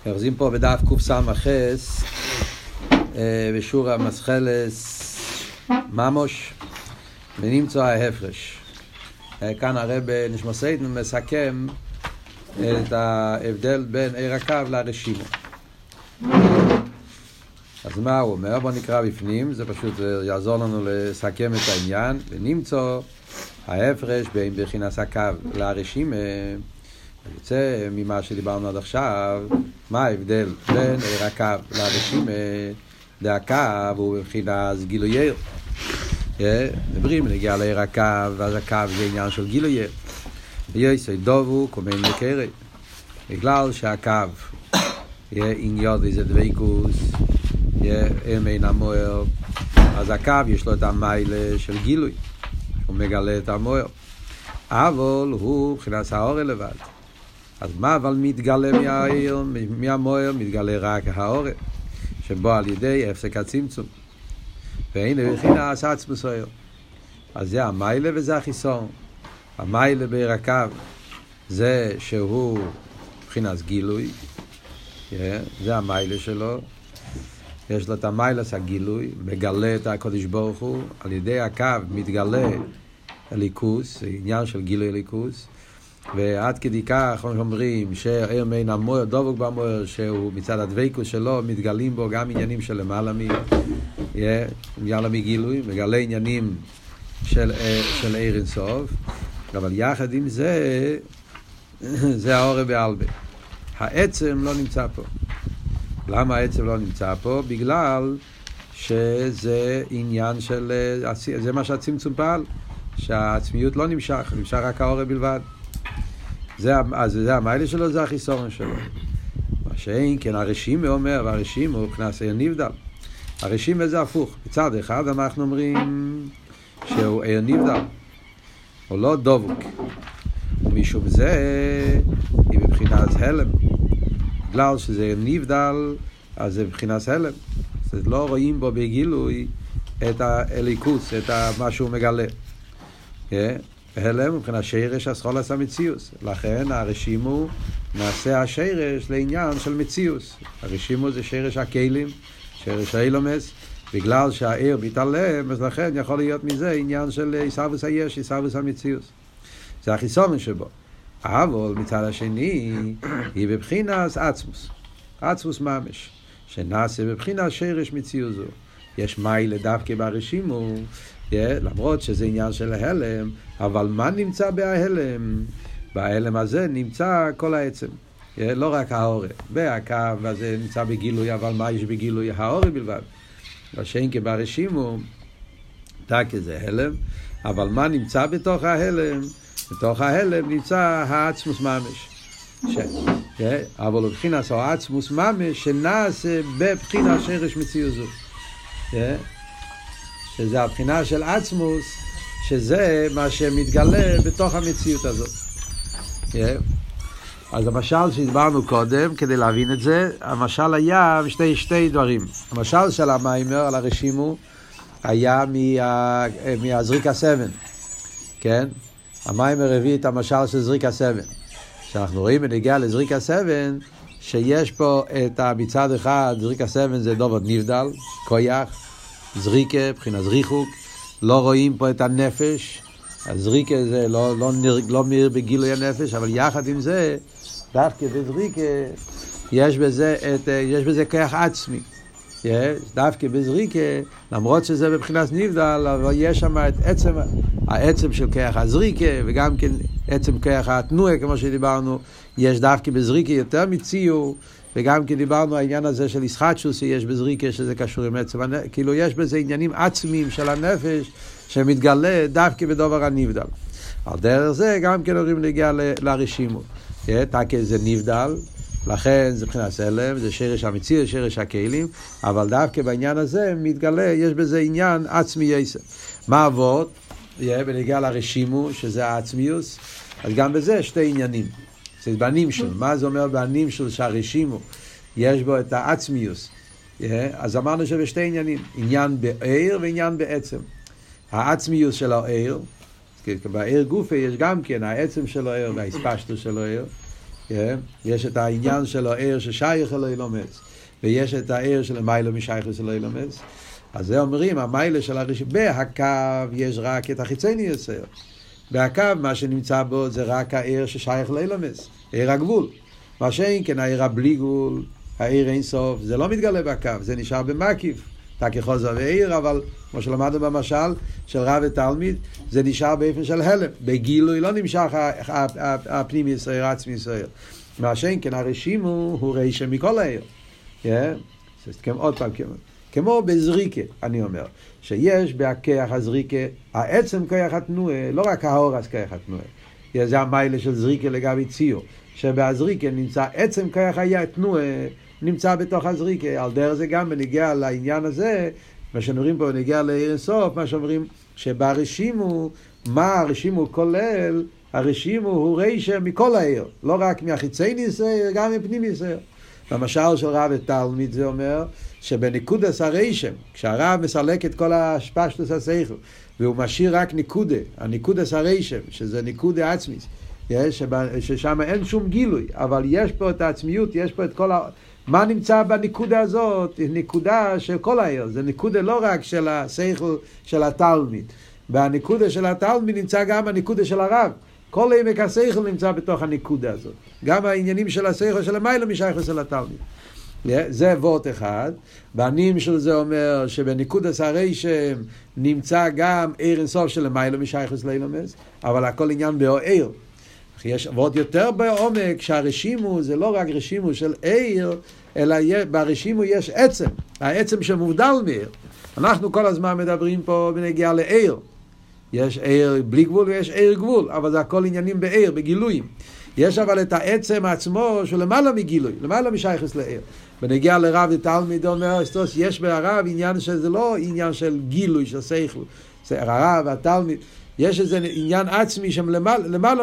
אוחזים פה בדף קס"ח בשיעור המסחלס ממוש ונמצא ההפרש. כאן הרב נשמוסייטן מסכם את ההבדל בין עיר הקו לרשימו. אז מה הוא אומר? בוא נקרא בפנים, זה פשוט יעזור לנו לסכם את העניין. ונמצא ההפרש בין בחינת הקו לרשימה, יוצא ממה שדיברנו עד עכשיו, מה ההבדל בין עיר הקו לרשימה. הקו הוא בבחינת גילוי. מדברים נגיע לעיר הקו, ואז הקו זה עניין של גילוי. ויוסי דובו קומן לקרי, בגלל שהקו עניין איזה דבקוס, אין המוער, אז הקו יש לו את המיילה של גילוי, הוא מגלה את המוער, אבל הוא מבחינת האור לבד. אז מה אבל מתגלה מהמוער? מתגלה רק האור שבו על ידי הפסק הצמצום, והנה בבחינת עצמוס האור. אז זה המיילה וזה החיסון. המיילה בעיר הקו זה שהוא מבחינת גילוי, זה המיילה שלו, יש לו את המיילה הגילוי, מגלה את הקודש ברוך הוא, על ידי הקו מתגלה הליכוס, עניין של גילוי הליכוס, ועד כדי כך אומרים שעיר מן המוער דבוק במוער, שהוא מצד הדבקות שלו מתגלים בו גם עניינים של למעלה מגילוי, מגלה עניינים של עיר אינסוף, אבל יחד עם זה, זה האור בעלמא. העצם לא נמצא פה. למה העצם לא נמצא פה? בגלל שזה עניין של, זה מה שהצמצום פעל, שהעצמיות לא נמשך רק האור בלבד. אז זה המיילה שלו, זה החיסורן שלו. מה שאין כן הרשימה אומר, והרשימה הוא כנס עיר נבדל. הרשימה זה הפוך. בצד אחד אנחנו אומרים שהוא עיר נבדל, הוא לא דבוק, ומשום זה היא בבחינת הלם. בגלל שזה נבדל, אז זה בבחינת הלם. אז לא רואים בו בגילוי את האליקוס, את מה שהוא מגלה. הלם מבחינת שרש הסחולס המציאוס. לכן הרשימו נעשה השרש לעניין של מציאוס. הרשימו זה שרש הכלים, שרש האילומס. בגלל שהעיר מתעלם, אז לכן יכול להיות מזה עניין של איסאוויס היש, איסאוויס המציאוס. זה החיסון שבו. אבל מצד השני, היא בבחינת עצמוס. עצמוס ממש. שנעשה בבחינת שרש מציאוסו. יש מיילה דווקא ברשימו, למרות שזה עניין של ההלם, אבל מה נמצא בהלם? בהלם הזה נמצא כל העצם. לא רק האור. והקו הזה נמצא בגילוי, אבל מה יש בגילוי? האור בלבד. שאין כברשימו, דקה זה הלם, אבל מה נמצא בתוך ההלם? בתוך ההלם נמצא העצמוס ממש. אבל בבחינת העצמוס ממש שנעשה בבחינת שרש מציאוסו. שזה הבחינה של עצמוס, שזה מה שמתגלה בתוך המציאות הזאת. אז המשל שהדברנו קודם, כדי להבין את זה, המשל היה שתי דברים. המשל של המיימר על הרשימו היה מהזריק הסבן. כן? המיימר הביא את המשל של זריק הסבן. שאנחנו רואים בנגיע לזריק הסבן, שיש פה את מצד אחד, זריק הסבן זה דובר נבדל, כויח, זריקה, בחינת זריחוק, לא רואים פה את הנפש, הזריקה זה לא מאיר בגילוי הנפש, אבל יחד עם זה, דווקא בזריקה, יש בזה כוח עצמי. דווקא בזריקה, למרות שזה בבחינת נבדל, אבל יש שם את העצם של כוח הזריקה, וגם כן עצם כוח התנועה, כמו שדיברנו, יש דווקא בזריקה יותר מציור, וגם כי דיברנו העניין הזה של ישחטשוס שיש בזריקה, שזה קשור עם עצם, כאילו יש בזה עניינים עצמיים של הנפש, שמתגלה דווקא בדבר הנבדל. על דרך זה גם כן הורים להגיע לרשימו. תקה זה נבדל, לכן זה מבחינת הלם, זה שרש המציאות, שרש הכלים, אבל דווקא בעניין הזה מתגלה, יש בזה עניין עצמי יסר. מה עבוד? בנגיע לרשימו, שזה העצמיוס, אז גם בזה שתי עניינים. זה בנים של, מה זה אומר בנים של שהרשימו? יש בו את העצמיוס. אז אמרנו שבשתי עניינים, עניין בעיר ועניין בעצם. העצמיוס של העיר, בעיר גופה יש גם כן העצם של העיר וההספשטות של העיר, יש את העניין של העיר ששייך אלוהי אילומס, ויש את העיר של המיילו משייך אלוהי אילומס. אז זה אומרים, המיילה של הרשימו, בהקו יש רק את החיצייני יסר. בהקו מה שנמצא בו זה רק העיר ששייך לאילומס, עיר הגבול. מה שאין כן העיר הבלי גבול, העיר אין סוף, זה לא מתגלה בהקו, זה נשאר במקיף. תקי חוזר ועיר, אבל כמו שלמדנו במשל של רב ותלמיד, זה נשאר באופן של הלם. בגילוי לא נמשך הפנים ישראל, עצמי ישראל. מה שאין כן הרשימו הוא רשם מכל העיר. עוד פעם, כמו בזריקה, אני אומר, שיש בהכח הזריקה, העצם כוח התנועה, לא רק האורס כוח התנועה. זה המיילה של זריקה לגבי ציור, שבהזריקה נמצא עצם כוח התנועה, נמצא בתוך הזריקה. על דרך זה גם בנגיע לעניין הזה, מה שנראים פה בנגיע לעיר אינסוף, מה שאומרים שברשימו, מה הרשימו כולל? הרשימו הוא רשם מכל העיר, לא רק מהחיצי ישראל, גם מפנים ישראל. במשל של רב ותלמיד זה אומר שבנקודס הרשם, כשהרב מסלק את כל השפשטוס השכל והוא משאיר רק נקודה, הנקודס הרשם, שזה נקודה עצמית, ששם אין שום גילוי, אבל יש פה את העצמיות, יש פה את כל מה נמצא בנקודה הזאת? נקודה של כל העיר, זה נקודה לא רק של השכל של התלמיד, בנקודה של התלמיד נמצא גם הנקודה של הרב, כל עמק השכל נמצא בתוך הנקודה הזאת, גם העניינים של השכל של המיילו משייך של התלמיד. זה וורט אחד. בנים של זה אומר שבנקודס הרשם נמצא גם עיר אינסוף של המיילו משייך לאילומס, אבל הכל עניין בעיר. יש וורט יותר בעומק שהרשימו זה לא רק רשימו של עיר, אלא ברשימו יש עצם, העצם שמובדל מעיר. אנחנו כל הזמן מדברים פה בנגיעה לעיר, יש עיר בלי גבול ויש עיר גבול, אבל זה הכל עניינים בעיר, בגילויים. יש אבל את העצם עצמו שהוא למעלה מגילוי, למעלה משייכס לעיר. בנגיע לרב ותלמיד אומר, יש ברב עניין שזה לא עניין של גילוי, של שכל, זה הרב והתלמיד, יש איזה עניין עצמי שלמעלה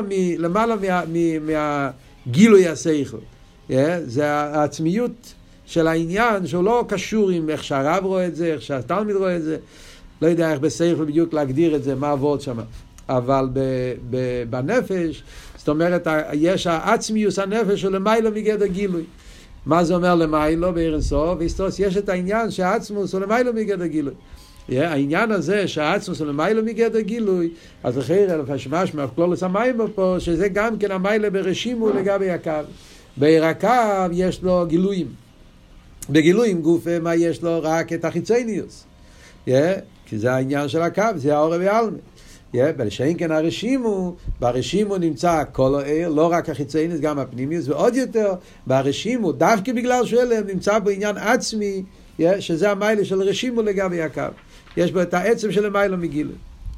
מהגילוי השכל. זה העצמיות של העניין שהוא לא קשור עם איך שהרב רואה את זה, איך שהתלמיד רואה את זה, לא יודע איך בשכל בדיוק להגדיר את זה, מה עבוד שם. אבל בנפש, זאת אומרת, יש העצמיוס הנפש של למיילו מגדר גילוי. מה זה אומר למיילו בעיר אינסוף? יש את העניין שהעצמוס הוא למיילו מגדר גילוי. העניין הזה שהעצמוס הוא למיילו מגדר גילוי, אז אחרי אלפשמש מהפלולוס המים פה, שזה גם כן המיילו ברשימו לגבי הקו. בעיר הקו יש לו גילויים. בגילויים גוף מה יש לו? רק את החיצייניוס. כי זה העניין של הקו, זה האור והעלמא. שאין כן הרשימו, ברשימו נמצא כל העיר, לא רק החיצייניוס, גם הפנימיוס, ועוד יותר, ברשימו, דווקא בגלל שאלה, נמצא בו עניין עצמי, שזה המיילה של רשימו לגבי הקו. יש בו את העצם של המיילה מגילוי.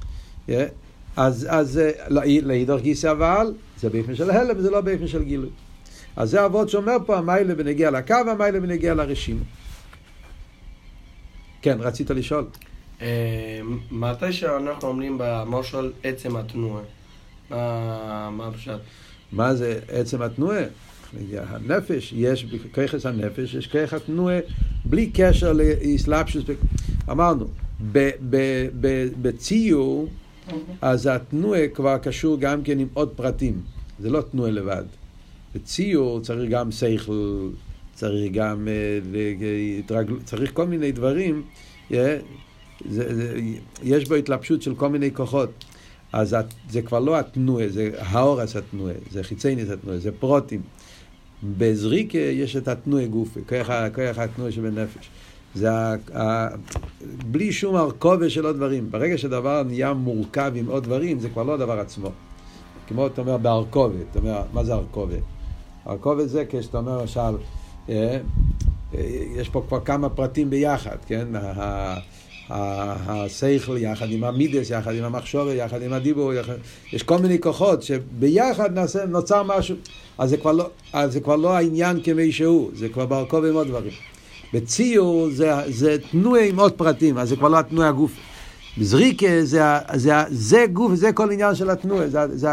אז להידור גיסא אבל, זה באופן של הלם, זה לא באופן של גילוי. אז זה אבות שאומר פה, המיילה בנגיע לקו, המיילה בנגיע לרשימו. כן, רצית לשאול? מתי שאנחנו אומרים במושל עצם התנועה, מה פשוט? מה זה עצם התנועה? הנפש, יש בכיחס הנפש, יש כיח התנועה בלי קשר לאסלאפשוס. אמרנו, בציור, אז התנועה כבר קשור גם כן עם עוד פרטים, זה לא תנועה לבד. בציור צריך גם שכל, צריך גם, צריך כל מיני דברים, יש בו התלבשות של כל מיני כוחות. אז זה כבר לא התנועה, זה האורס התנועה, זה חיצייניס התנועה, זה פרוטים. בזריקה יש את התנועה גופה, כוח התנועה שבנפש. זה בלי שום הרכובה של עוד דברים. ברגע שדבר נהיה מורכב עם עוד דברים, זה כבר לא הדבר עצמו. כמו אתה אומר בהרכובה, אתה אומר, מה זה הרכובה? הרכובה זה כשאתה אומר, למשל, יש פה כבר כמה פרטים ביחד, כן? השכל יחד עם המידס, יחד עם המחשוב, יחד עם הדיבור, יש כל מיני כוחות שביחד נוצר משהו, אז זה כבר לא העניין כמי שהוא, זה כבר ברכוב עם עוד דברים. בציור זה תנועה עם עוד פרטים, אז זה כבר לא התנועה הגוף. בזריקה זה גוף, זה כל עניין של התנועה,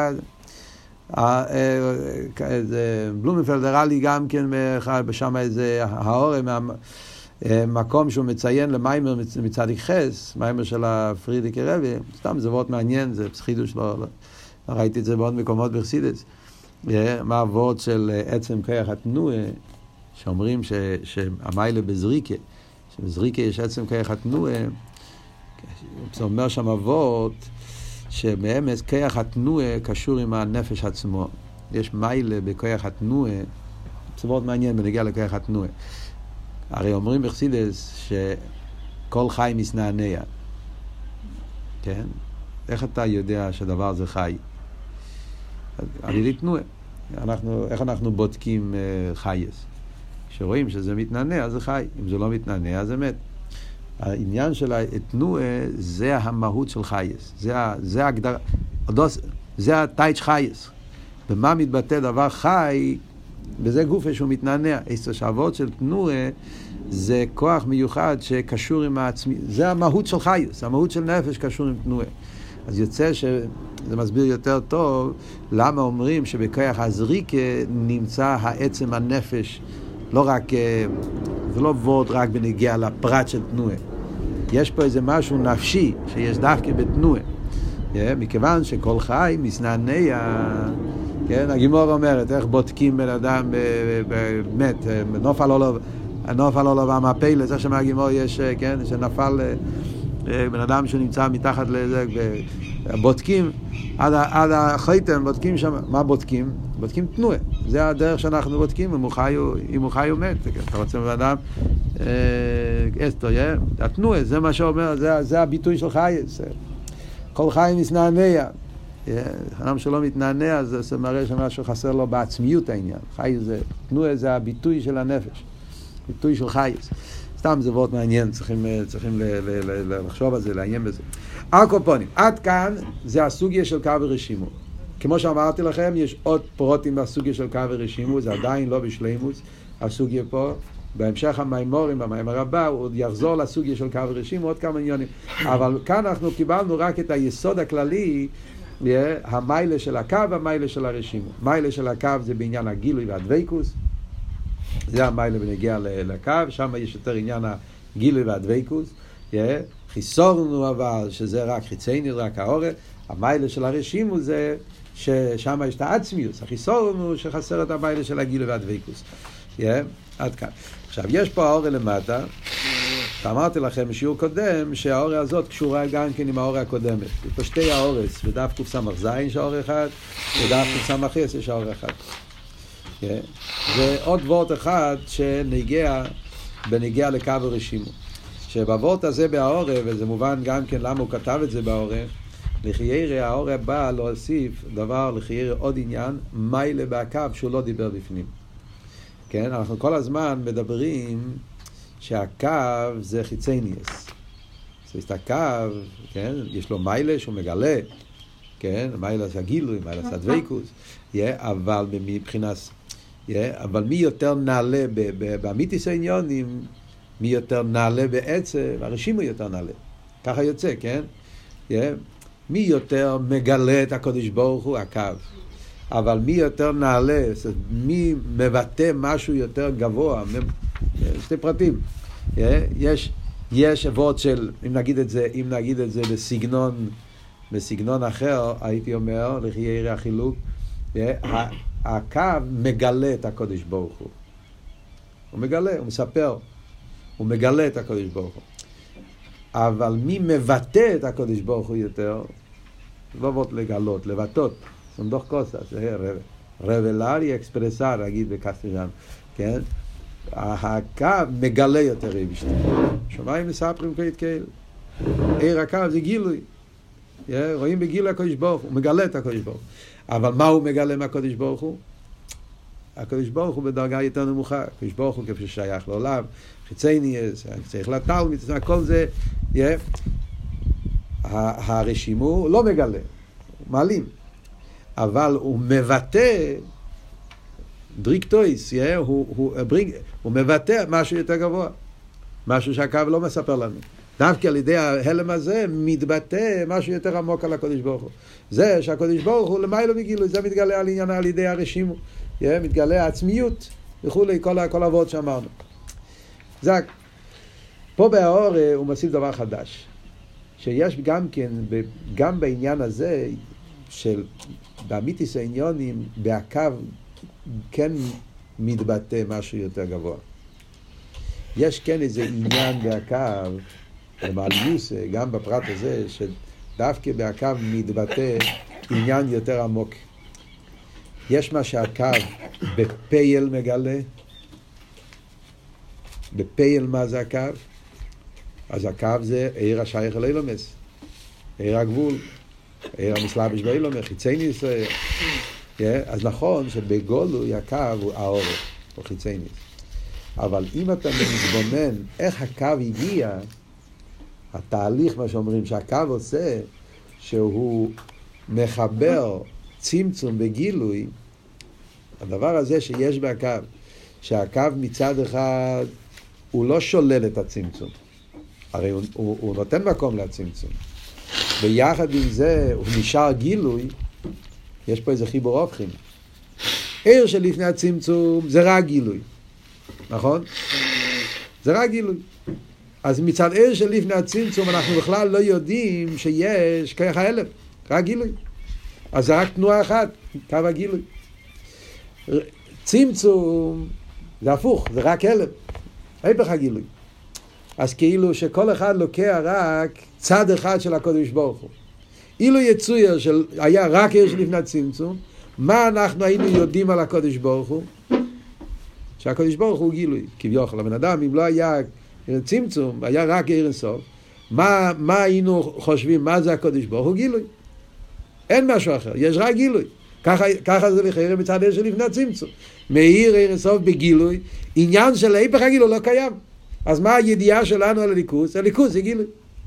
בלומנפלד הראה לי גם כן בשם איזה האורם, מקום שהוא מציין למיימר מצדיק חס, מיימר של הפרידיקי רבי, סתם זה וורט מעניין, זה חידוש, לא ראיתי את זה בעוד מקומות בחסידות. מה העבוד של עצם כוח התנועה, שאומרים שהמיילה בזריקה, שבזריקה יש עצם כוח התנועה, זה אומר שם עבוד שבאמס כוח התנועה קשור עם הנפש עצמו. יש מיילה בכוח התנועה, זה מאוד מעניין בנגיע לכוח התנועה. הרי אומרים בחסידות שכל חי מסנענע. כן? איך אתה יודע שהדבר זה חי? על ידי תנועה. איך אנחנו בודקים חייס? כשרואים שזה מתנענע, זה חי. אם זה לא מתנענע, זה מת. העניין של התנועה זה המהות של חייס. זה ההגדרה, זה הטייץ' חייס. במה מתבטא דבר חי? בזה גופה שהוא מתנענע. העבוד של תנועה זה כוח מיוחד שקשור עם העצמי. זה המהות של חייס. המהות של נפש קשור עם תנועה. אז יוצא שזה מסביר יותר טוב למה אומרים שבכוח הזריקה נמצא העצם הנפש, לא רק, זה לא וורט רק בנגיע לפרט של תנועה. יש פה איזה משהו נפשי שיש דווקא בתנועה. מכיוון שכל חי מסנענע, כן, הגימור אומרת, איך בודקים בן אדם באמת, נופל עולו והמפל, זה שם הגימור יש, כן, שנפל בן אדם שנמצא מתחת לזה, בודקים, עד החייתם, בודקים שם, מה בודקים? בודקים תנועה. זה הדרך שאנחנו בודקים, אם הוא חי או מת. אתה רוצה בן אדם, אסתר, התנועה, זה מה שאומר, זה הביטוי של חי. כל חי מסנענע. אדם שלא מתנענע, זה מראה שמשהו חסר לו בעצמיות העניין. חי זה, תנועה זה הביטוי של הנפש. ביטוי של חי. סתם זה וורט מעניין, צריכים לחשוב על זה, לעניין בזה. הקופונים, עד כאן זה הסוגיה של קו ורשימו. כמו שאמרתי לכם, יש עוד פרוטים בסוגיה של קו ורשימו, זה עדיין לא בשלימוס, הסוגיה פה. בהמשך המיימורים, במיימר הבא, הוא עוד יחזור לסוגיה של קו ורשימו, עוד כמה עניונים. אבל כאן אנחנו קיבלנו רק את היסוד הכללי, המיילה של הקו והמיילה של הרשימו. מיילה של הקו זה בעניין הגילוי והדוויקוס, זה המיילה בנגיע לקו, שם יש יותר עניין הגילוי והדוויקוס, חיסורנו אבל שזה רק חיצייני, רק האורל. המיילה של הרשימו זה ששם יש את העצמיוס, החיסורנו שחסר את המיילה של הגילוי והדוויקוס. עד כאן. עכשיו יש פה האורל למטה, אמרתי לכם בשיעור קודם שהאורל הזאת קשורה גם כן עם האורל הקודמת. יש פה שתי האורס, בדף קס"ז יש האורל אחד, בדף קס"ח יש האורל אחד. ועוד וורט אחד בנגיע לקו ורשימו. שבוורט הזה בהאורל, וזה מובן גם כן למה הוא כתב את זה בהאורל, לחיירה האורל בא להוסיף דבר לחיירה עוד עניין, מיילה בהקו שהוא לא דיבר בפנים. כן, אנחנו כל הזמן מדברים שהקו זה חיצייניאס. זאת הקו, כן, יש לו מיילה שהוא מגלה, כן, מיילה זה הגילוי, מיילה זה הדוויקוס, אבל מבחינת, אבל מי יותר נעלה באמיתיס העניונים, מי יותר נעלה בעצם, הרשימו יותר נעלה. ככה יוצא, כן? מי יותר מגלה את הקדוש ברוך הוא? הקו. אבל מי יותר נעלה, מי מבטא משהו יותר גבוה, שתי פרטים. יש עבוד של, אם נגיד את זה בסגנון אחר, הייתי אומר, לחיירי החילוק, הקו מגלה את הקדוש ברוך הוא. הוא מגלה, הוא מספר, הוא מגלה את הקדוש ברוך הוא. אבל מי מבטא את הקדוש ברוך הוא יותר, לא עבוד לגלות, לבטות. סונדוך קוסה, זה רבלרי אקספרסר, אגיד בקסטריאן, כן? הקו מגלה יותר רבישתי. שמיים מספרים כעת כאלה. עיר הקו זה גילוי. רואים בגילוי הקדוש ברוך הוא, מגלה את הקדוש ברוך הוא. אבל מה הוא מגלה מהקדוש ברוך הוא? הקדוש ברוך הוא בדרגה יותר נמוכה. הקדוש ברוך הוא כפי ששייך לעולם, חיצייניאס, צריך לתלמיד, הכל זה, הרשימו לא מגלה, מעלים. אבל הוא מבטא דריקטויס, הוא מבטא משהו יותר גבוה, משהו שהקו לא מספר לנו. דווקא על ידי ההלם הזה מתבטא משהו יותר עמוק על הקדוש ברוך הוא. זה שהקדוש ברוך הוא למיילו מגילו, זה מתגלה על עניין על ידי הרשימו, מתגלה העצמיות וכולי, כל העבוד שאמרנו. זה פה בהאור הוא מוסיף דבר חדש, שיש גם כן, גם בעניין הזה, של באמיתיס העניונים, בהקו כן מתבטא משהו יותר גבוה. יש כן איזה עניין בהקו, במעליוס, גם בפרט הזה, שדווקא בהקו מתבטא עניין יותר עמוק. יש מה שהקו בפייל מגלה. בפייל מה זה הקו? אז הקו זה עיר השייך אל אילומס, עיר הגבול, עיר המסלבש באילומס, חיצייני ישראל. אז נכון שבגולוי הקו הוא האור, הוא חיצייני. אבל אם אתה מתבונן איך הקו הגיע, התהליך, מה שאומרים שהקו עושה, שהוא מחבר צמצום בגילוי, הדבר הזה שיש בהקו, שהקו מצד אחד הוא לא שולל את הצמצום, הרי הוא נותן מקום לצמצום, ביחד עם זה הוא נשאר גילוי. יש פה איזה חיבור הופכים, עיר שלפני הצמצום זה רק גילוי, נכון? זה רק גילוי. אז מצד עיר שלפני הצמצום אנחנו בכלל לא יודעים שיש כוח ההלם, רק גילוי. אז זה רק תנועה אחת, קו הגילוי. צמצום זה הפוך, זה רק הלם, היפך הגילוי. אז כאילו שכל אחד לוקח רק צד אחד של הקודש ברוך הוא. אילו יצויר היה רק עיר שלפני הצמצום, מה אנחנו היינו יודעים על הקודש ברוך הוא? שהקודש ברוך הוא גילוי, כביכול. הבן אדם, אם לא היה צמצום, היה רק עיר אינסוף, מה היינו חושבים, מה זה הקודש ברוך הוא? גילוי. אין משהו אחר, יש רק גילוי. ככה זה לכאורה מצד עיר שלפני הצמצום. מאיר עיר אינסוף בגילוי, עניין של היפך הגילוי לא קיים. אז מה הידיעה שלנו על הליכוז? הליכוז זה גילוי.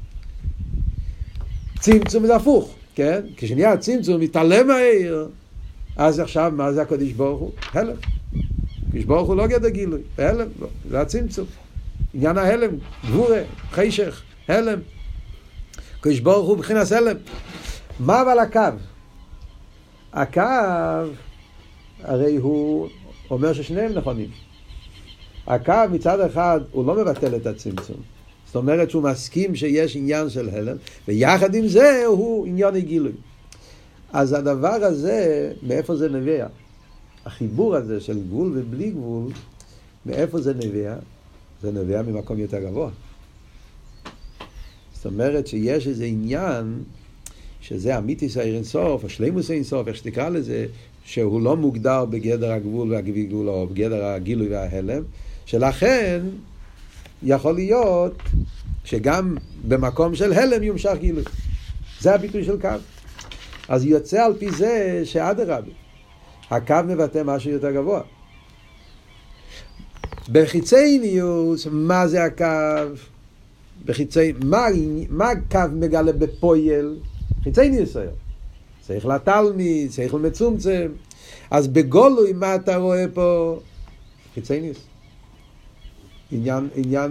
צמצום זה הפוך, כן? כשנהיה הצמצום מתעלם מהעיר, אז עכשיו מה זה הקודש ברוך הוא? הלם. הקודש ברוך הוא לא גדר גילוי, הלם, לא, זה הצמצום. עניין ההלם, גבורה, חשך, הלם. הקודש ברוך הוא בחינת הלם. מה אבל הקו? הקו, הרי הוא אומר ששניהם נכונים. הקו מצד אחד הוא לא מבטל את הצמצום. זאת אומרת שהוא מסכים שיש עניין של הלם, ויחד עם זה הוא עניין הגילוי. אז הדבר הזה, מאיפה זה נובע? החיבור הזה של גבול ובלי גבול, מאיפה זה נובע? זה נובע ממקום יותר גבוה. זאת אומרת שיש איזה עניין, שזה אמיתיס העיר אינסוף, השלימוס אינסוף, איך שתקרא לזה, שהוא לא מוגדר בגדר הגבול והגבול, או בגדר הגילוי וההלם, שלכן יכול להיות שגם במקום של הלם יומשך גילוי. זה הביטוי של קו. אז יוצא על פי זה שאדרבה, הקו מבטא משהו יותר גבוה. בחיצייניוס, מה זה הקו? מה הקו מגלה בפועל? חיצייניוס היום. שכל התלמיד, שכל מצומצם. אז בגולוי מה אתה רואה פה? חיצייניוס. עניין,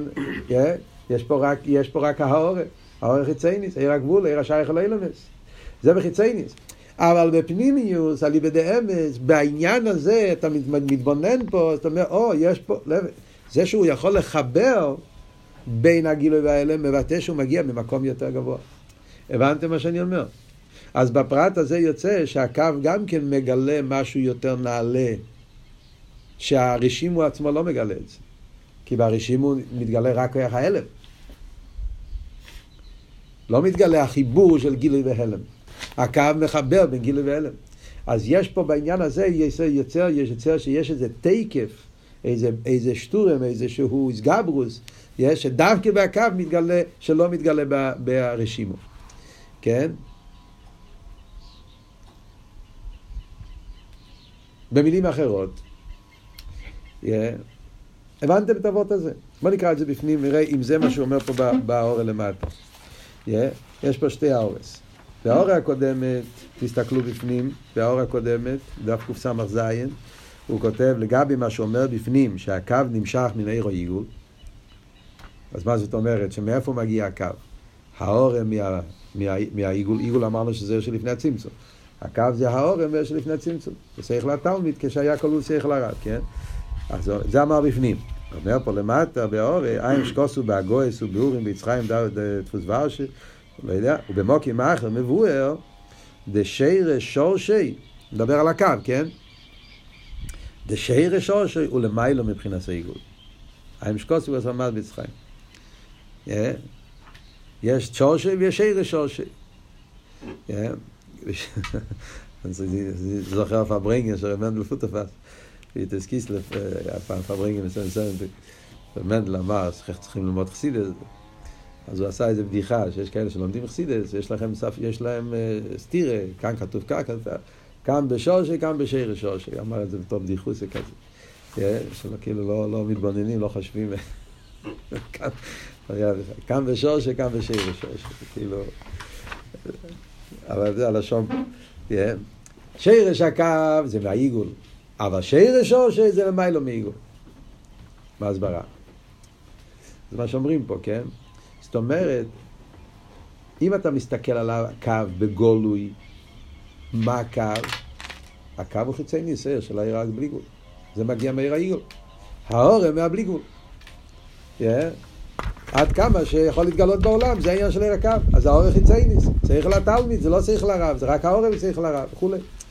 יש פה רק האור חיצייניס, עיר הגבול, עיר השייך אל אילומס. זה בחיצייניס. אבל בפנימיוס, על ידי אמס, בעניין הזה, אתה מתבונן פה, אתה אומר, יש פה, זה שהוא יכול לחבר בין הגילוי וההלם, מבטא שהוא מגיע ממקום יותר גבוה. הבנתם מה שאני אומר? אז בפרט הזה יוצא שהקו גם כן מגלה משהו יותר נעלה, שהרשים הוא עצמו לא מגלה את זה. כי ברשים הוא מתגלה רק כוח ההלם. לא מתגלה החיבור של גילוי והלם. הקו מחבר בין גילוי והלם. אז יש פה בעניין הזה, יש יוצר שיש איזה תקף, איזה שטורם, איזה שהוא סגברוס, שדווקא בהקו מתגלה, שלא מתגלה ברשימו. כן? במילים אחרות, הבנתם את אבות הזה? בוא נקרא את זה בפנים, נראה אם זה מה שהוא אומר פה באור למטה. יש פה שתי האורס. באור הקודמת, תסתכלו בפנים, באור הקודמת, דף קופסא זין, הוא כותב לגבי מה שאומר בפנים, שהקו נמשך מן עיר העיגול. אז מה זאת אומרת? שמאיפה מגיע הקו? האור מהעיגול, עיגול אמרנו שזה שלפני הצמצום. הקו זה האור שלפני הצמצום. זה שכל התלמיד כשהיה כלול שכל הרב, כן? אז זה אמר בפנים. אומר פה למטה, באור, עין שקוסו בהגויס ובאורים ביצחיים דפוס ורשי, לא יודע, ובמוקים האחר מבואר, דשרש שורשי, נדבר על הקו, כן? דשרש שורשי הוא למיילו מבחינת העיגול. המשקוסי הוא עמד בצחיים. יש שורשי ויש שרש שורשי. אני זוכר הפברנגן שרמנדל פוטפס, ויתס קיסלף, הפעם פברנגן מסוים, ומנדל אמר, צריכים ללמוד חסידס, אז הוא עשה איזו בדיחה, שיש כאלה שלומדים חסידס, יש להם סתירה, כאן כתוב כאן בשורשי, כאן בשרש שורשי, אמר את זה בתור בדיחוסי כזה, שלא כאילו לא מתבוננים, לא חושבים, כאן בשורשי, כאן בשרש שורשי, כאילו, אבל זה הלשון, שרש הקו זה מהעיגול, אבל שרש שורשי זה למיילו מעיגול. מה הסברה? זה מה שאומרים פה, כן? זאת אומרת, אם אתה מסתכל על הקו בגולוי, מה הקו? הקו הוא חיצי ניסייר של העיר רק בלי גול. זה מגיע מהעיר העיגול. האור הם מהבלי גול. עד כמה שיכול להתגלות בעולם, זה העניין של עיר הקו. אז האור חיצי ניס. צריך לתלמיד, זה לא צריך לרב, זה רק האור צריך לרב, וכו'.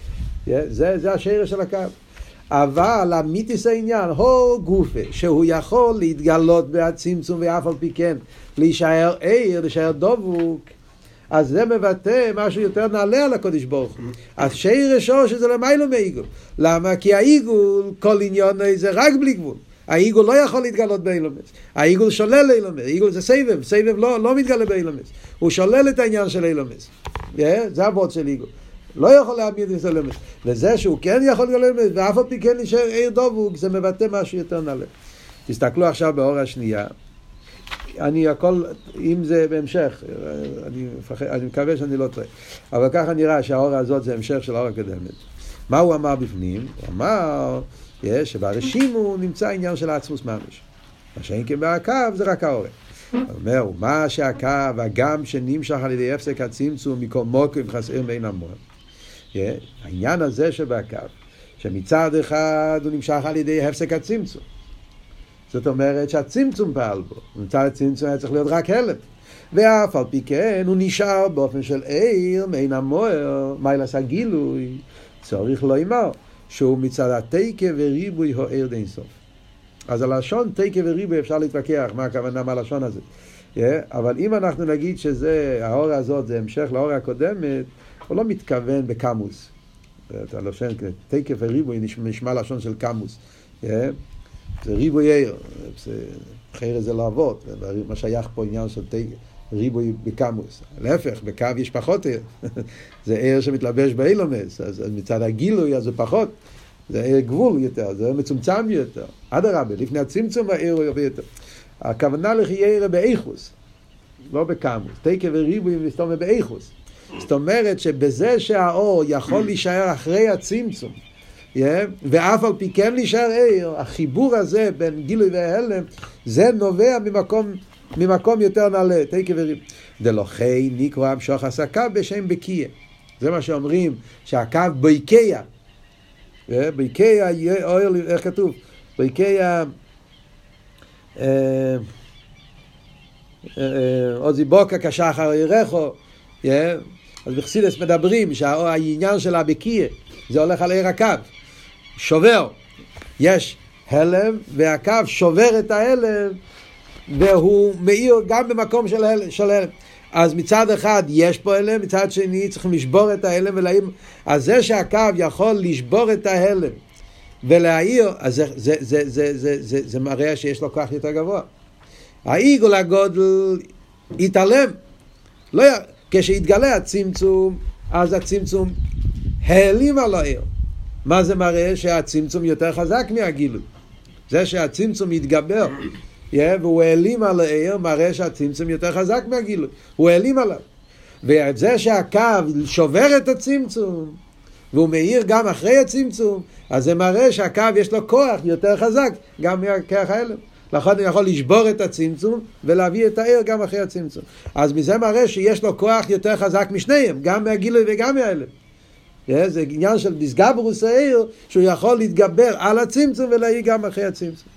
זה השרש של הקו. אבל המיתיס העניין הוא גופה שהוא יכול להתגלות בהצמצום ואף על פי כן להישאר עיר, להישאר דבוק, אז זה מבטא משהו יותר נעלה על הקודש ברוך הוא. אז שרש שורשי זה למיילו מעיגול. למה? כי העיגול כל עניון זה רק בלי גבול. העיגול לא יכול להתגלות באילומס. העיגול שולל אילומס. העיגול זה סבב. סבב לא מתגלה באילומס. הוא שולל את העניין של אילומס. זה הבוט של עיגול. לא יכול להעמיד את אילומס. לזה שהוא כן יכול להתגלה אילומס, ואף על פי כן נשאר עיר דבוק, זה מבטא משהו יותר נעלה. תסתכלו עכשיו באור השנייה. אני הכל, אם זה בהמשך, אני מקווה שאני לא טועה. אבל ככה נראה שהאור הזאת זה המשך של האור הקודמת. מה הוא אמר בפנים? הוא אמר שברשימו נמצא עניין של העצמוס ממש. מה שאין כן בהקו זה רק האור. הוא אומר, מה שהקו, הגם שנמשך על ידי הפסק הצמצום מכל מוקם חסר בין המון. העניין הזה שבהקו, שמצד אחד הוא נמשך על ידי הפסק הצמצום. זאת אומרת שהצמצום פעל בו. מצד הצמצום היה צריך להיות רק הלם. ואף על פי כן הוא נשאר באופן של עיר, מעין המוער, מיילס הגילוי. צריך לא אמר שהוא מצד התקה וריבוי הוא עיר די סוף. אז הלשון תקה וריבוי אפשר להתווכח מה הכוונה מהלשון הזה. אבל אם אנחנו נגיד שזה, האור הזאת זה המשך לאור הקודמת, הוא לא מתכוון בקמוס. הלשון תקה וריבוי נשמע לשון של קמוס. זה ריבוי עיר, אחרי זה לעבוד, מה שייך פה עניין של ריבוי בקמוס. להפך, בקו יש פחות עיר, זה עיר שמתלבש באילומס, אז מצד הגילוי אז זה פחות, זה עיר גבול יותר, זה מצומצם יותר. עד הרבה, לפני הצמצום העיר הוא יותר. הכוונה לכי עיר באיכוס, לא בקמוס, תקה וריבוי מסתובב באיכוס. זאת אומרת שבזה שהאור יכול להישאר אחרי הצמצום, ואף על פי כן להישאר עיר, החיבור הזה בין גילוי וההלם, זה נובע ממקום יותר נעלה, תקה וריב. דלוכי נקרא המשוך הקו בשם בקיה. זה מה שאומרים, שהקו ביקיה. ביקיה, איך כתוב? ביקיה, עוזי בוקה כשחר עירךו. אז בחסידות מדברים שהעניין של הבקיה, זה הולך על עיר הקו. שובר, יש הלם והקו שובר את ההלם והוא מאיר גם במקום של הלם. אז מצד אחד יש פה הלם, מצד שני צריכים לשבור את ההלם ולהאיר. אז זה שהקו יכול לשבור את ההלם ולהאיר, אז זה מראה שיש לו כוח יותר גבוה. העיגול הגודל יתעלם, לא, כשהתגלה הצמצום, אז הצמצום העלים על העיר. מה זה מראה? שהצמצום יותר חזק מהגילוי. זה שהצמצום יתגבר והוא העלים על העיר, מראה שהצמצום יותר חזק מהגילוי. הוא העלים עליו. וזה שהקו שובר את הצמצום והוא מאיר גם אחרי הצמצום, אז זה מראה שהקו יש לו כוח יותר חזק גם מכוח ההלם. לכן הוא יכול לשבור את הצמצום ולהביא את העיר גם אחרי הצמצום. אז מזה מראה שיש לו כוח יותר חזק משניהם, גם מהגילוי וגם מההלם. זה עניין של דיסגברוס העיר, שהוא יכול להתגבר על הצמצום ולהעיר גם אחרי הצמצום.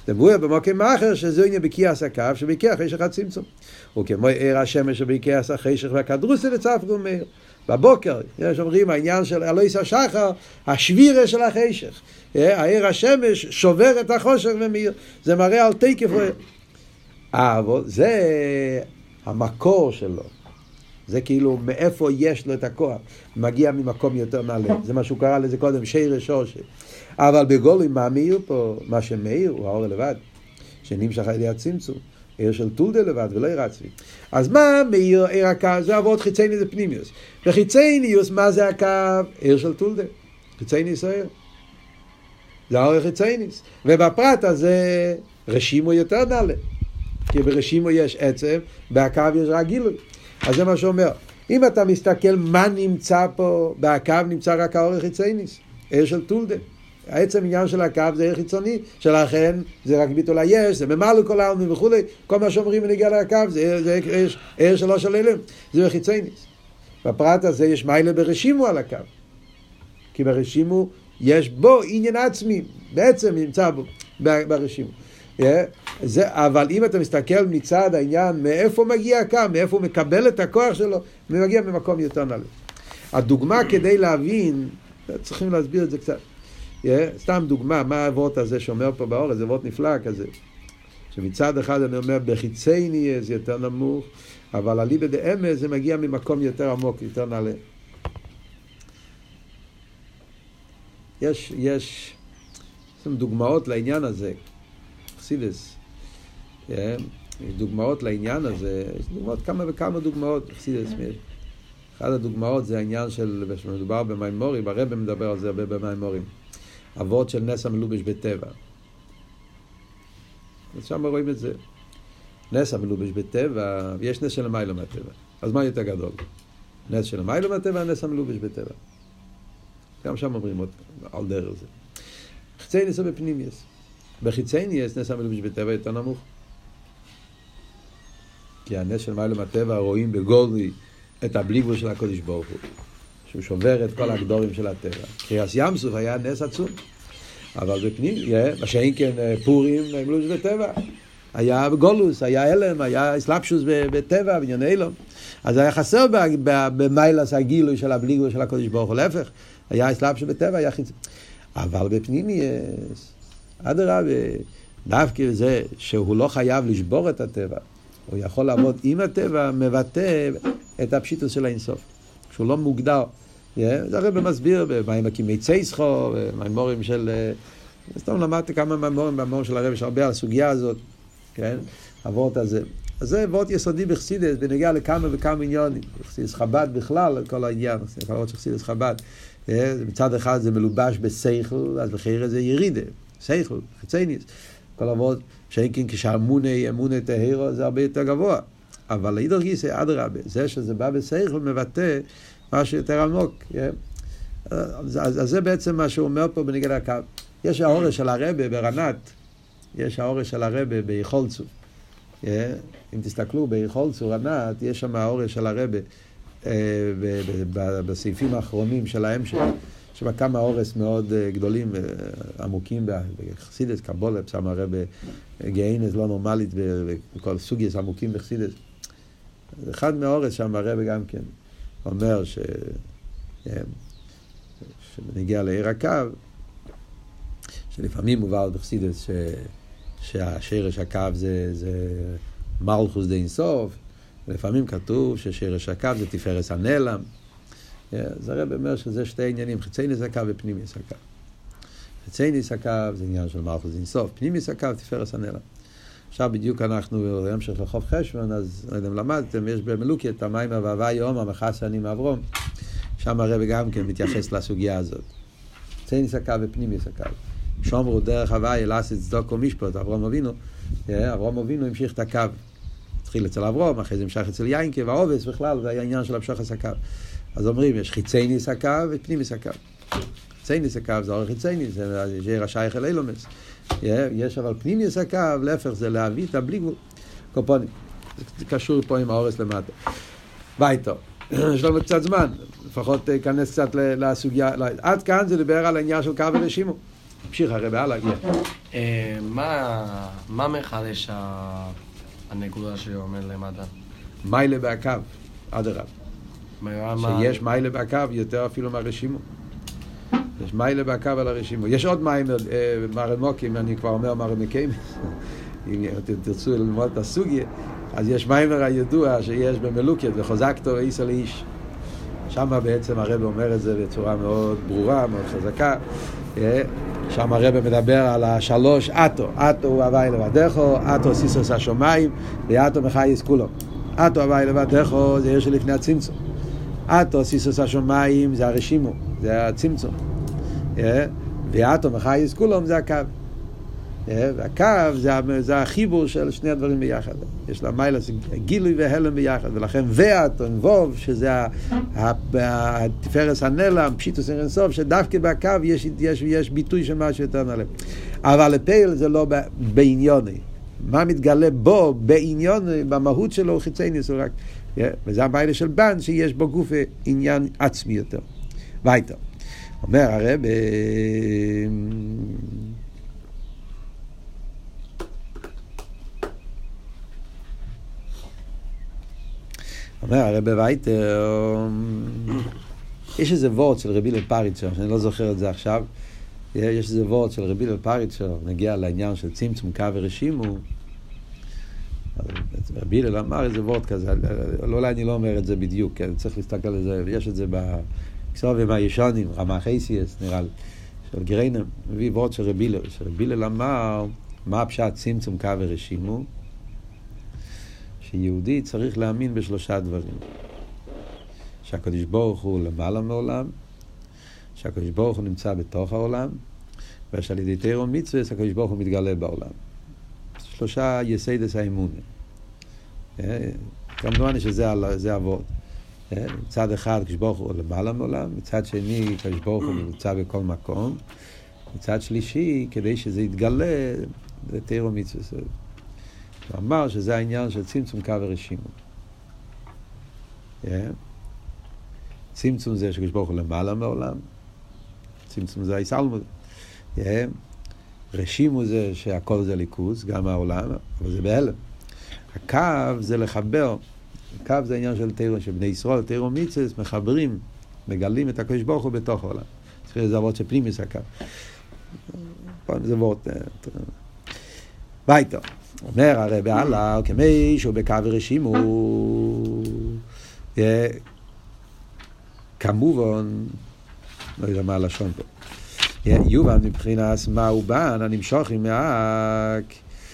דבויה במוקם אחר שזה עניין בכיאס הקו שבכיאס חשך הצמצום. וכמו עיר השמש שבכיאס החשך והכדרוסי לצפגו מאיר. בבוקר, יש אומרים העניין של אלוהיס השחר, השבירה של החשך. העיר השמש שובר את החושך ומאיר. זה מראה על תקף. אבל זה המקור שלו. זה כאילו מאיפה יש לו את הכוח. מגיע ממקום יותר נעלה. זה מה שהוא קרא לזה קודם, שיר שורש. אבל בגולוי מה מאיר פה? מה שמאיר הוא האור לבד. שנמשך על ידי הצמצום. עיר של טולדה לבד ולא עיר עצמי. אז מה מאיר עיר הקו? זה עבוד חיצייני זה פנימיוס. וחיצייניוס מה זה הקו? עיר של טולדה. חיצייניס או עיר. זה האור חיצייניס. ובפרט הזה רשימו יותר נעלה. כי ברשימו יש עצב, בהקו יש רק גילוי. אז זה מה שאומר. אם אתה מסתכל מה נמצא פה, בהקו נמצא רק האור חיצייניס. עיר של טולדה. העצם עניין של הקו זה עיר חיצוני, שלכן זה רק ביטול היש, זה ממלא כל העלמין וכו'. כל מה שאומרים ונגיע לקו זה עיר שלו של אלם, זה עיר חיצוניס. בפרט הזה יש מיילה ברשימו על הקו. כי ברשימו יש בו עניין עצמי, בעצם נמצא בו ברשימו. אבל אם אתה מסתכל מצד העניין מאיפה מגיע הקו, מאיפה הוא מקבל את הכוח שלו, הוא מגיע ממקום יותר נעלה. הדוגמה כדי להבין, צריכים להסביר את זה קצת. סתם דוגמה, מה העבוד הזה שאומר פה באור, זה עבוד נפלא כזה. שמצד אחד אני אומר, בחיצייני זה יותר נמוך, אבל אליבא דאמס זה מגיע ממקום יותר עמוק, יותר נעלה. יש דוגמאות לעניין הזה. חסידס. יש דוגמאות לעניין הזה. יש דוגמאות, כמה וכמה דוגמאות. חסידס. אחת הדוגמאות זה העניין של, שמדובר במיימורים, הרב מדבר על זה הרבה במיימורים. אבות של נס המלובש בטבע. אז שם רואים את זה. נס המלובש בטבע, ויש נס של המיילו מהטבע. אז מה יותר גדול? נס של המיילו מהטבע, נס המלובש בטבע. גם שם אומרים עוד על דרך זה. חיצי נסו בפנימיוס. בחיצי נס המלובש בטבע יותר נמוך. כי הנס של המיילו מהטבע רואים בגולוי את הבליגבול של הקודש ברוך הוא. שהוא שובר את כל הגדורים של הטבע. קריאס ים סוף היה נס עצום. אבל בפנים, מה שאין כן פורים, הם לא בטבע. היה גולוס, היה אלם, היה אסלאפשוס בטבע, בניין אילום. אז היה חסר במיילס הגילוי של הבליגבול של הקודש ברוך הוא. להפך, היה אסלאפשוס בטבע, היה חיצון. אבל בפנים יש, אדרבה, דווקא זה שהוא לא חייב לשבור את הטבע. הוא יכול לעבוד עם הטבע, מבטא את הפשיטוס של האינסוף. שהוא לא מוגדר. זה הרי במסביר, במים הקימי צייסחו, במימורים של... סתם למדתי כמה מימורים במור של הרב, יש הרבה על הסוגיה הזאת, כן? עבורת הזה. אז זה עבורת יסודי בחסידס, בנגיע לכמה וכמה עניונים. בחסידס חב"ד בכלל, כל העניין, עבורת של חסידס חב"ד. מצד אחד זה מלובש בסייכל, אז בחירה זה ירידה. סייכל, חיצייניס. כל עבורת שאינקין כשאמוני תהירו, זה הרבה יותר גבוה. אבל להידור גיסא, אדרבה, זה שזה בא בסייכל מבטא משהו יותר עמוק. אז זה בעצם מה שהוא אומר פה בנגד הקו. יש האורש של הרבה ברנת, יש האורש של הרבה ביכולצו. אם תסתכלו ביכולצו רנת, יש שם האורש של הרבה בסעיפים האחרונים של ההמשך. יש שם כמה אורס מאוד גדולים ועמוקים בחסידס, קבולה, שם הרבה גיינס לא נורמלית וכל סוגייס עמוקים בחסידס. אחד מהאורס שם הרבה גם כן אומר שנגיע לעיר הקו, שלפעמים מובא בחסידס שהשרש הקו זה מלכוס די אינסוף, ולפעמים כתוב ששרש הקו זה תפארת הנעלם. זה הרב אומר שזה שתי עניינים, חיצייניס הקו ופנימיס הקו. חיצייניס הקו זה עניין של מלכוס די אינסוף, פנימיס הקו תפארת הנעלם. עכשיו בדיוק אנחנו בהמשך לחוף חשבון, אז לא יודע אם למדתם, יש במלוקי את המים והווה יום, המחס אני מעברום. שם הרב גם כן מתייחס לסוגיה הזאת. חיצייניס הקו ופנימיס הקו. שומרו דרך הווה ילעשת צדוק ומשפט, אברהם אבינו המשיך את הקו. התחיל אצל אברהם, אחרי זה המשך אצל יינקה והעובס בכלל, זה היה עניין של המשך הקו. אז אומרים, יש חיצייניס הקו ופנימיס הקו. חיצייניס הקו זה אורך חיצייניס, זה יהיה רשייך אל אילומס. יש אבל פנימיס הקו, להפך זה להביא את הבלי גבול. קופונים. זה קשור פה עם האורס למטה. ביי טוב. יש לנו קצת זמן, לפחות כנס קצת לסוגיה. עד כאן זה דיבר על העניין של קו ורשימו. המשיך הרב הלאה. מה מחדש הנקודה שאומר למטה? מיילה בהקו, אדרבה. שיש מיילה בהקו יותר אפילו מהרשימו. יש מיילה בהקו על הרשימו. יש עוד מיימר, מרמוקים, אני כבר אומר מרמקים. אם תרצו ללמוד את הסוגיה, אז יש מיימר הידוע שיש במלוקת וחוזקתו איסה לאיש. שם בעצם הרב אומר את זה בצורה מאוד ברורה, מאוד חזקה. שם הרב מדבר על השלוש אטו. אטו הוא הווי לבדךו, אטו סיסוס השומיים, ואטו מחייס כולו. אטו הווי לבדךו זה יש לפני הצמצום. אטו סיסוס השומיים זה הרשימו, זה הצמצום. ואטו מחייס כולו זה הקו. והקו זה החיבור של שני הדברים ביחד. יש לה מיילה גילוי והלם ביחד, ולכן ואתון ווב, שזה התפארס הנלם, פשיטוס אין סוף, שדווקא בקו יש ביטוי של משהו יותר נעלם. אבל לפעיל זה לא בעניוני. מה מתגלה בו בעניוני, במהות שלו, חיצייניס הוא רק. וזה המיילה של בן, שיש בו גוף עניין עצמי יותר. ואיתו. אומר הרב, אומר הרב וייטר, יש איזה וורט של רבי לפריצ'ר, שאני לא זוכר את זה עכשיו, יש איזה וורט של רבי לפריצ'ר, נגיע לעניין של צמצום קו ורשימו, רבי לל אמר איזה וורט כזה, אולי אני לא אומר את זה בדיוק, צריך להסתכל על זה, יש את זה בכסובים הישונים, רמ"ח אייסיאס, נראה לי, של גריינם, מביא וורט של רבי לל, שרבי לל אמר, מה הפשט צמצום קו ורשימו? שיהודי צריך להאמין בשלושה דברים. שהקדוש ברוך הוא למעלה מעולם, שהקדוש ברוך הוא נמצא בתוך העולם, ושעל ידי תורה ומצוות הקדוש ברוך הוא מתגלה בעולם. שלושה יסודות האמונה. כמובן שזה עבוד. מצד אחד הקדוש ברוך הוא למעלה מעולם, מצד שני הקדוש ברוך הוא נמצא בכל מקום, מצד שלישי כדי שזה יתגלה בתורה ומצוות. הוא אמר שזה העניין של צמצום קו ורשימו. צמצום זה שקדוש ברוך הוא למעלה מעולם. צמצום זה הישלמות. רשימו זה שהכל זה ליכוז, גם העולם, אבל זה בהלם. הקו זה לחבר. הקו זה העניין של תורה, שבני ישראל, תורה ומצוות, מחברים, מגלים את הקדוש ברוך הוא בתוך העולם. צריך לזה עבוד שפנימיס הקו. זה עבוד. ביתו. אומר הרב הלאה, כמי שהוא בקו ורשימו, כמובן, לא יודע מה הלשון פה, יובן מבחינת מהו בן, הנמשוך עם מעק,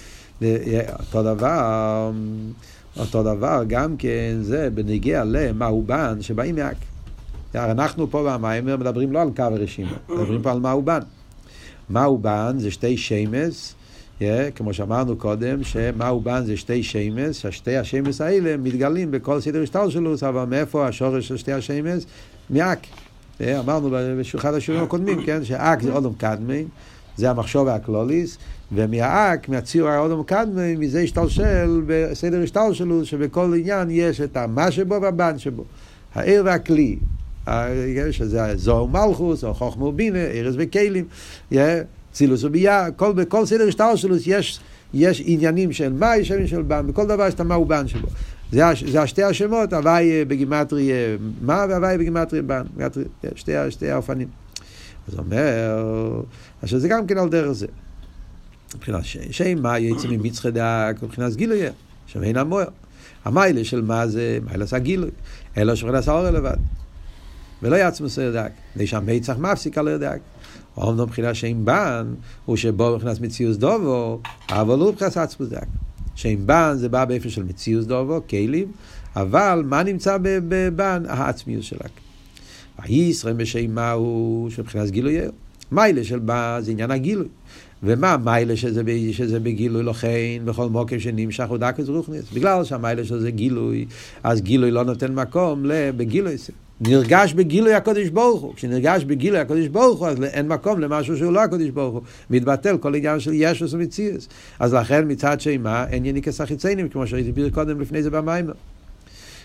אותו דבר גם כן זה בנגיע למהו בן שבאים מעק. אנחנו פה במיימר מדברים לא על קו ורשימו, מדברים פה על מהו בן. מהו בן זה שתי שמש, כמו שאמרנו קודם, שמהו בן זה שתי שמש, ששתי השמש האלה מתגלים בכל סדר השתלשלות, אבל מאיפה השורש של שתי השמש? מאק. אמרנו באחד השיעורים הקודמים, כן? שאק זה אודום קדמי, זה המחשוב והכלוליס, ומהאק, מהציור האודום קדמי, מזה השתלשל בסדר השתלשלות, שבכל עניין יש את המה שבו והבן שבו. העיר והכלי, שזה זוהר מלכוס, או חוכמה ובינה, ארז וכלים, צילוס ובייה, בכל סדר השתלשלות יש עניינים של מה, יש עניינים של בן, בכל דבר יש את המה ובן שבו. זה השתי השמות, הווי בגימטרי מה והווי בגימטרי בן, שתי האופנים. אז אומר, שזה גם כן על דרך זה. מבחינת שם מה יצא ממצחי דק, מבחינת גילוי, שם אין המוער. המיילה של מה זה, מיילה עשה גילוי, אלא שמכן עשה אור לבד. ולא יעצמו סדר דק, לשם מיצח מפסיק על דק. אומנו מבחינת שם בן, הוא שבו מבחינת מציאוס דובו, אבל הוא מבחינת עצמו דק. שם בן זה בא באופן של מציאוס דובו, כלים, אבל מה נמצא בבן? העצמיות שלך. הישראל בשם מה הוא שבחינת גילוי. מיילה של בן זה עניין הגילוי. ומה מיילה שזה בגילוי לכן בכל מוקר שנמשך הוא דקת רוחניס? בגלל שהמיילה שזה גילוי, אז גילוי לא נותן מקום בגילוי. נרגש בגילוי הקודש ברוך הוא. כשנרגש בגילוי הקודש ברוך הוא, אז אין מקום למשהו שהוא לא הקודש ברוך הוא. מתבטל כל עניין של ישוס ומציאס. אז לכן מצד שמה אין יניקס החיציינים, כמו שהייתי ביר קודם לפני זה במיימר.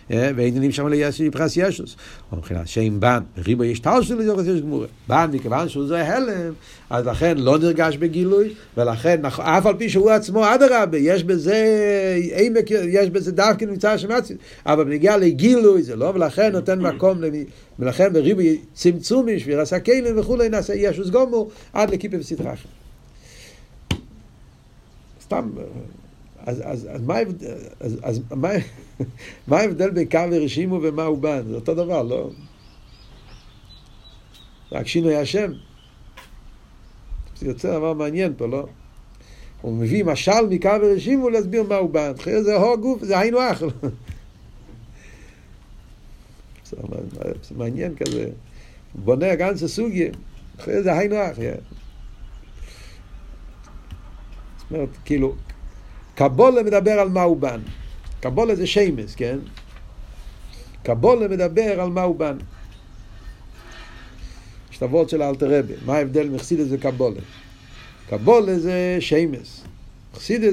ועניינים שם לפרס ישוס. או מבחינת שאם בן, ריבו יש טל שלו, יש גמורה. בן, מכיוון שהוא זה הלם, אז לכן לא נרגש בגילוי, ולכן, אף על פי שהוא עצמו אדרבה, יש בזה עמק, יש בזה דווקא נמצא שמציא, אבל בנגיע לגילוי זה לא, ולכן נותן מקום, ולכן בריבו צמצומי, שביר עשה כלים וכולי, נעשה ישוס גומור, עד לכיפה וסדרה אחרת. סתם, אז מה ההבדל בין קו ורשימו ומה הוא בן? זה אותו דבר, לא? רק שינוי השם. זה יוצא דבר מעניין פה, לא? הוא מביא משל מקו ורשימו להסביר מה הוא בן. אחרי זה הו גוף, זה היינו אח. זה מעניין כזה. בונה גנצה סוגיה. אחרי זה היינו אח. זאת אומרת, כאילו, קבולה מדבר על מה הוא בן. קבולה זה שיימס, כן? קבולה מדבר על מה הוא בן. יש תבות של האלטר רבי. מה ההבדל מחסידות וקבולה? קבולה זה שיימס. מחסידות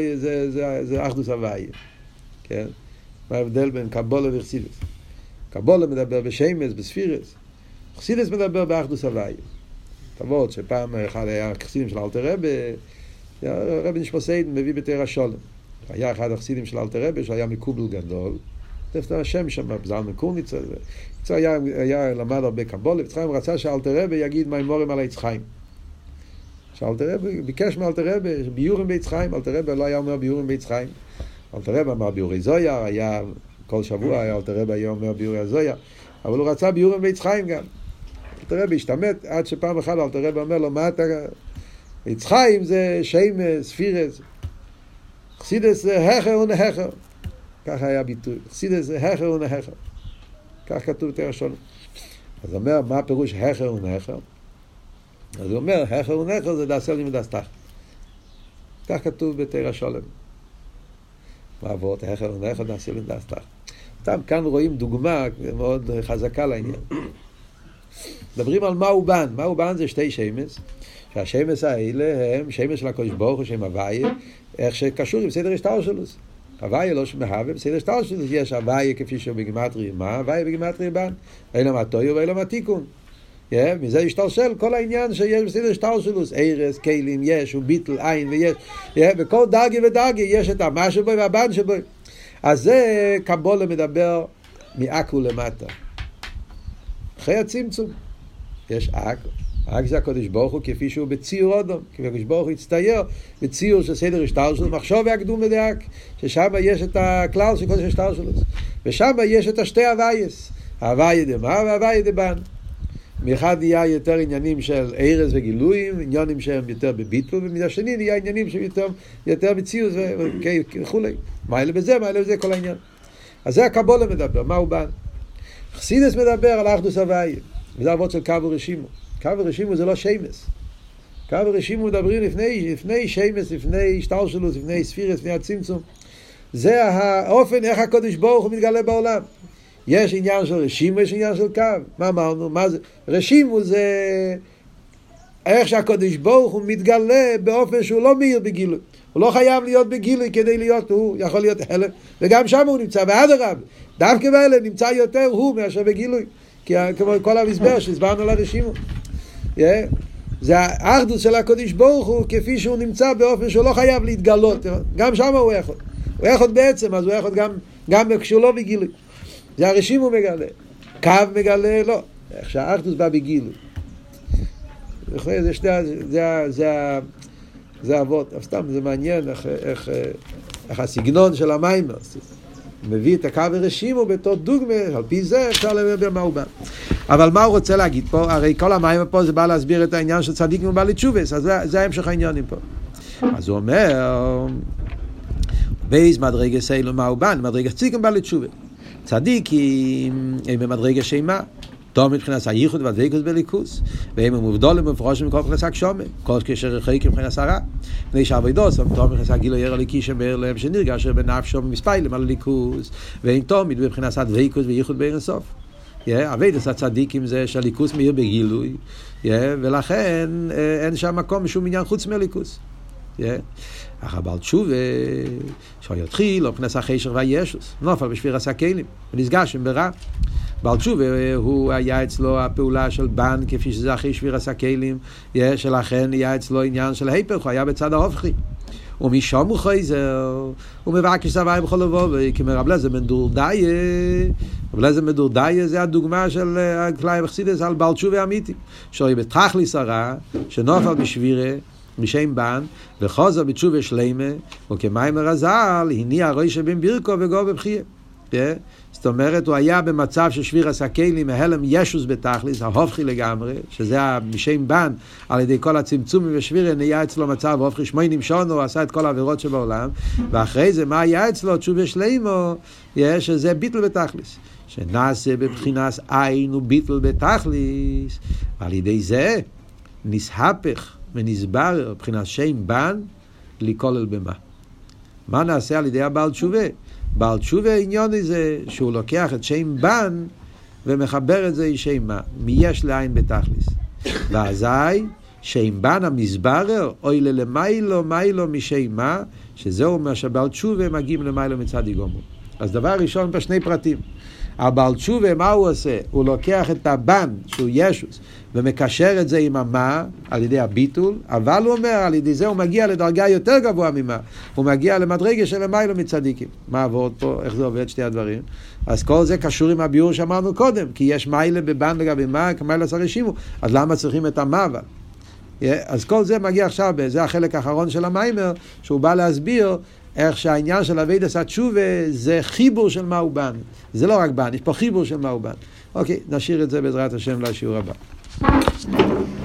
זה אחדוס הוויה. כן? מה ההבדל בין קבולה וחסידות? קבולה מדבר בשיימס, בספירס. חסידות מדבר באחדוס הוויה. תבות שפעם אחד היה חסידים של האלטר רבי, רבי נשמע סיידן מביא בתורה שולם. היה אחד החסידים של אלתר רבי שהיה מקובל גדול. דווקא השם שם, בזל מקורניצה. היה למד הרבה קבולה, וצחיים רצה שאלתר רבי יגיד מימורים על היצחיים. שאלתר רבי ביקש מאלתר רבי ביורים ביצחיים, אלתר רבי לא היה אומר ביורים ביצחיים. אלתר רבי אמר ביורי זויה, היה כל שבוע היה אלתר רבי היה אומר ביורי הזויה, אבל הוא רצה ביורים ביצחיים גם. אלתר רבי השתמת עד שפעם אחת אלתר רבי אומר לו, מה אתה... יצחיים זה שיימס, ספירס. חסידס זה הכר ונהכר. ככה היה ביטוי. חסידס זה הכר ונהכר. כך כתוב בתורה שולם. אז הוא אומר, מה הפירוש הכר ונהכר? אז הוא אומר, הכר ונהכר זה דעשה לימוד הסתח. כך כתוב בתורה שולם. מה עבוד? הכר ונהכר דעשה לימוד הסתח. סתם כאן רואים דוגמה מאוד חזקה לעניין. מדברים על מהו בן. מהו בן זה שתי שיימס. שהשמש האלה הם שמש של הקדוש ברוך הוא, שם הוויה, איך שקשור עם סדר השטר שלו. הוויה לא שמהווה, בסדר השטר שלו יש הוויה כפי שהוא בגימטריה מה, הוויה בגימטריה בן, אילם התויו ואילם התיקון. מזה ישתלשל כל העניין שיש בסדר השטר שלו, ערס, כלים, יש, וביטל, עין ויש, בכל דרגי ודרגי יש את המה שבו והבן שבו. אז זה קבולה מדבר מאקו למטה. אחרי הצמצום, יש אקו. רק זה הקדוש ברוך הוא כפי שהוא בציור אדום, כפי הקדוש ברוך הוא הצטייר בציור של סדר השטר שלו, מחשוב והקדום מדייק, ששם יש את הכלל של קודש השטר שלו, ושם יש את השתי הווייס, ההוויה דמה וההוויה דבן. מאחד נהיה יותר עניינים של ערס וגילויים, עניינים שהם יותר בביטל, ומהשני נהיה עניינים שהם יותר בציור וכו'. מה אלה בזה, מה אלה בזה, כל העניין. אז זה הקבולה מדבר, מה הוא בן? חסידס מדבר על אחדוס הוויה, וזה אבות של קו ורשימו. קו ורשימו זה לא שיימס. קו ורשימו מדברים לפני שיימס, לפני השתלשלות, לפני ספירס, לפני הצמצום. זה האופן איך הקדוש ברוך הוא מתגלה בעולם. יש עניין של רשימו, יש עניין של קו. מה אמרנו? מה זה? רשימו זה איך שהקדוש ברוך הוא מתגלה באופן שהוא לא מאיר בגילוי. הוא לא חייב להיות בגילוי כדי להיות הוא, יכול להיות הלם. וגם שם הוא נמצא, ואדרבה, דווקא בהלם נמצא יותר הוא מאשר בגילוי. כי כמו כל המסבר שהסברנו על הרשימו. זה האחדות של הקדוש ברוך הוא כפי שהוא נמצא באופן שהוא לא חייב להתגלות. גם שם הוא יכול. הוא יכול בעצם, אז הוא יכול גם כשהוא לא בגילוי. זה הרשימו מגלה. קו מגלה, לא. איך שהאחדות בא בגילוי. זה אבות. אבל סתם זה מעניין איך הסגנון של המים מביא את הקו הרשימו בתור דוגמה, על פי זה אפשר לדבר מה הוא בא. אבל מה הוא רוצה להגיד פה? הרי כל המים פה זה בא להסביר את העניין של צדיק ובעלי תשובס, אז זה ההמשך העניינים פה. אז הוא אומר, בייס מדרגה סיילו מה הוא בא, מדרגה צדיק ובעלי תשובס. צדיקים הם במדרגה שימה, טוב מבחינת הייחוד והדבקות בליכוס, והם מובדלים ומפורשים מכל מבחינת הגשמים, כל קשר רחוק מבחינת הרע, מפני שהעבודות הם טוב מבחינת הגילוי אלוקי שבאר להם שנרגש בנפשו ומספיילים על הליכוס, ואין תמיד מבחינת הדבקות וייחוד באין סוף. עבודת הצדיקים זה שהליכוס מאיר בגילוי, ולכן אין שם מקום משום עניין חוץ מהליכוס. אך הבעל תשובה, שהוא יתחיל, לא פנס החשך והישוס, נופל בשביר הסכלים, ונסגש עם ברע. בעל תשובה, הוא היה אצלו הפעולה של בן, כפי שזה אחרי שביר הסכלים, שלכן היה אצלו עניין של היפך, הוא היה בצד ההופכי. ומשם הוא חוזר, הוא מבקש סבי בכל לבוא, וכמר רב אליעזר בן דורדיה, רב אליעזר בן דורדיה זה הדוגמה של הכלי בחסידות על בעל תשובה אמיתי, שהוא בתכליס הרע, שנופל בשבירה, משם בן, וחוזר בתשובה שלמה, וכמיימר הזל, הניע ראש בן בירקו וגו בבחיה. זאת אומרת, הוא היה במצב של שביר הסכלים, מהלם ישוס בתכליס, ההופכי לגמרי, שזה משם בן, על ידי כל הצמצומים ושבירה, נהיה אצלו מצב הופכי שמונים שונו, הוא עשה את כל העבירות שבעולם, ואחרי זה, מה היה אצלו? תשובה שלמה, שזה ביטל בתכליס. שנעשה בבחינס עין וביטל בתכליס, ועל ידי זה נסהפך ונסבר בבחינס שם בן, לכולל במה. מה נעשה על ידי הבעל תשובה? בעל תשובה העניין הזה שהוא לוקח את שם בן ומחבר את זה עם שם מה, מיש לעין בתכליס. ואזי שם בן המסברר אוי למיילו מיילו משם מה, שזהו מה שבעל תשובה מגיעים למיילו מצד יגומו. אז דבר ראשון בשני פרטים. הבעל תשובה מה הוא עושה? הוא לוקח את הבן שהוא ישוס ומקשר את זה עם המה על ידי הביטול, אבל הוא אומר על ידי זה הוא מגיע לדרגה יותר גבוהה ממה, הוא מגיע למדרגה של המיילו מצדיקים. מה עבוד פה? איך זה עובד שתי הדברים? אז כל זה קשור עם הביור שאמרנו קודם, כי יש מילה בבן לגבי מה, כמילה סרשימו, אז למה צריכים את המה אבל? אז כל זה מגיע עכשיו, זה החלק האחרון של המיימר, שהוא בא להסביר איך שהעניין של אביידס התשובה זה חיבור של מהו בן. זה לא רק בן, יש פה חיבור של מהו בן. אוקיי, נשאיר את זה בעזרת השם לשיעור הבא.